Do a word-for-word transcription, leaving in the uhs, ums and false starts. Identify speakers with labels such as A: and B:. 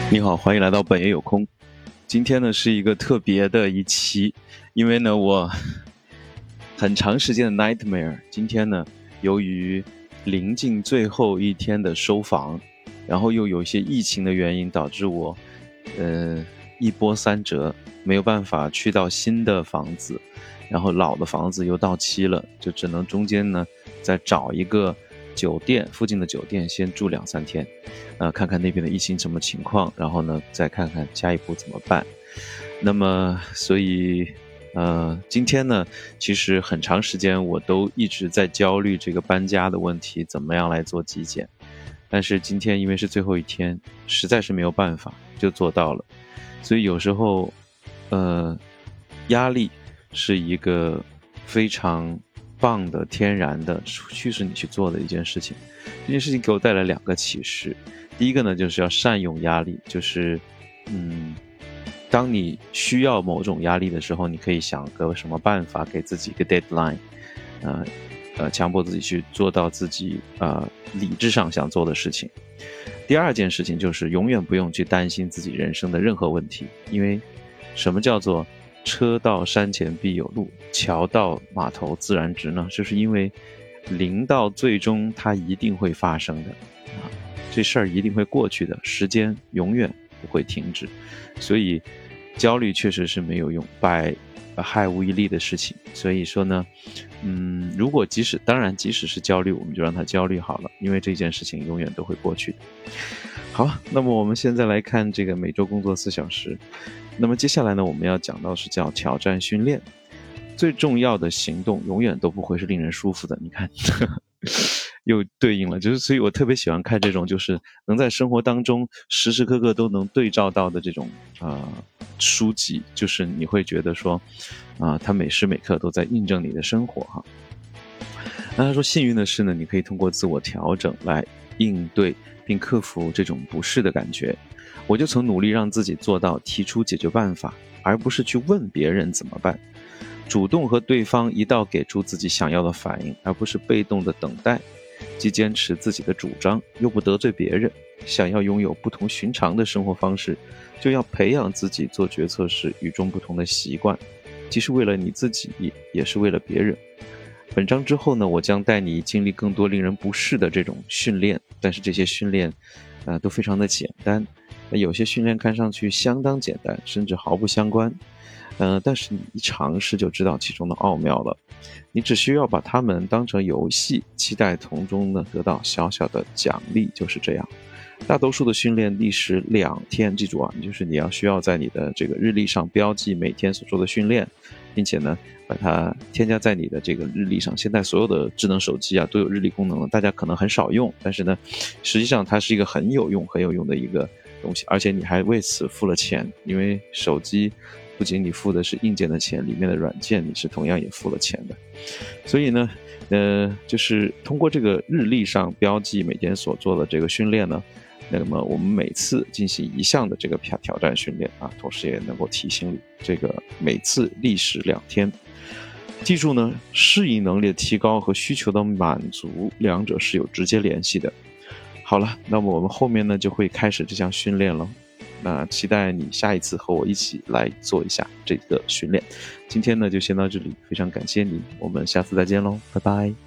A: 你好，欢迎来到本爷有空。今天呢是一个特别的一期，因为呢我很长时间的 nightmare， 今天呢由于临近最后一天的收房，然后又有一些疫情的原因，导致我呃一波三折，没有办法去到新的房子，然后老的房子又到期了，就只能中间呢再找一个酒店，附近的酒店先住两三天，呃，看看那边的疫情什么情况，然后呢再看看下一步怎么办。那么所以呃，今天呢其实很长时间我都一直在焦虑这个搬家的问题，怎么样来做极简。但是今天因为是最后一天，实在是没有办法就做到了。所以有时候呃压力是一个非常棒的天然的驱使你去做的一件事情。这件事情给我带来两个启示。第一个呢就是要善用压力，就是嗯当你需要某种压力的时候，你可以想个什么办法给自己一个 deadline， 呃呃强迫自己去做到自己呃理智上想做的事情。第二件事情就是永远不用去担心自己人生的任何问题，因为什么叫做车到山前必有路，桥到码头自然直呢？就是因为临到最终它一定会发生的啊，这事儿一定会过去的，时间永远不会停止。所以焦虑确实是没有用，百害无一利的事情。所以说呢嗯，如果即使当然即使是焦虑，我们就让它焦虑好了，因为这件事情永远都会过去的。好，那么我们现在来看这个每周工作四小时。那么接下来呢，我们要讲到是叫挑战训练。最重要的行动永远都不会是令人舒服的，你看又对应了，就是所以我特别喜欢看这种就是能在生活当中时时刻刻都能对照到的这种呃书籍，就是你会觉得说啊、呃，它每时每刻都在印证你的生活哈。那他说幸运的是呢，你可以通过自我调整来应对并克服这种不适的感觉。我就曾努力让自己做到提出解决办法，而不是去问别人怎么办，主动和对方一道给出自己想要的反应，而不是被动的等待，既坚持自己的主张，又不得罪别人。想要拥有不同寻常的生活方式，就要培养自己做决策时与众不同的习惯，既是为了你自己，也是为了别人。本章之后呢，我将带你经历更多令人不适的这种训练，但是这些训练呃，都非常的简单，有些训练看上去相当简单，甚至毫不相关，呃，但是你一尝试就知道其中的奥妙了。你只需要把它们当成游戏，期待从中呢得到小小的奖励，就是这样。大多数的训练历时两天，记住啊，就是你要需要在你的这个日历上标记每天所做的训练，并且呢把它添加在你的这个日历上。现在所有的智能手机啊都有日历功能了，大家可能很少用，但是呢实际上它是一个很有用很有用的一个东西，而且你还为此付了钱，因为手机不仅你付的是硬件的钱，里面的软件你是同样也付了钱的。所以呢呃，就是通过这个日历上标记每天所做的这个训练呢，那么我们每次进行一项的这个挑战训练啊，同时也能够提醒你这个每次历时两天。记住呢，适应能力的提高和需求的满足两者是有直接联系的。好了，那么我们后面呢就会开始这项训练了，那期待你下一次和我一起来做一下这个训练。今天呢就先到这里，非常感谢你，我们下次再见喽，拜拜。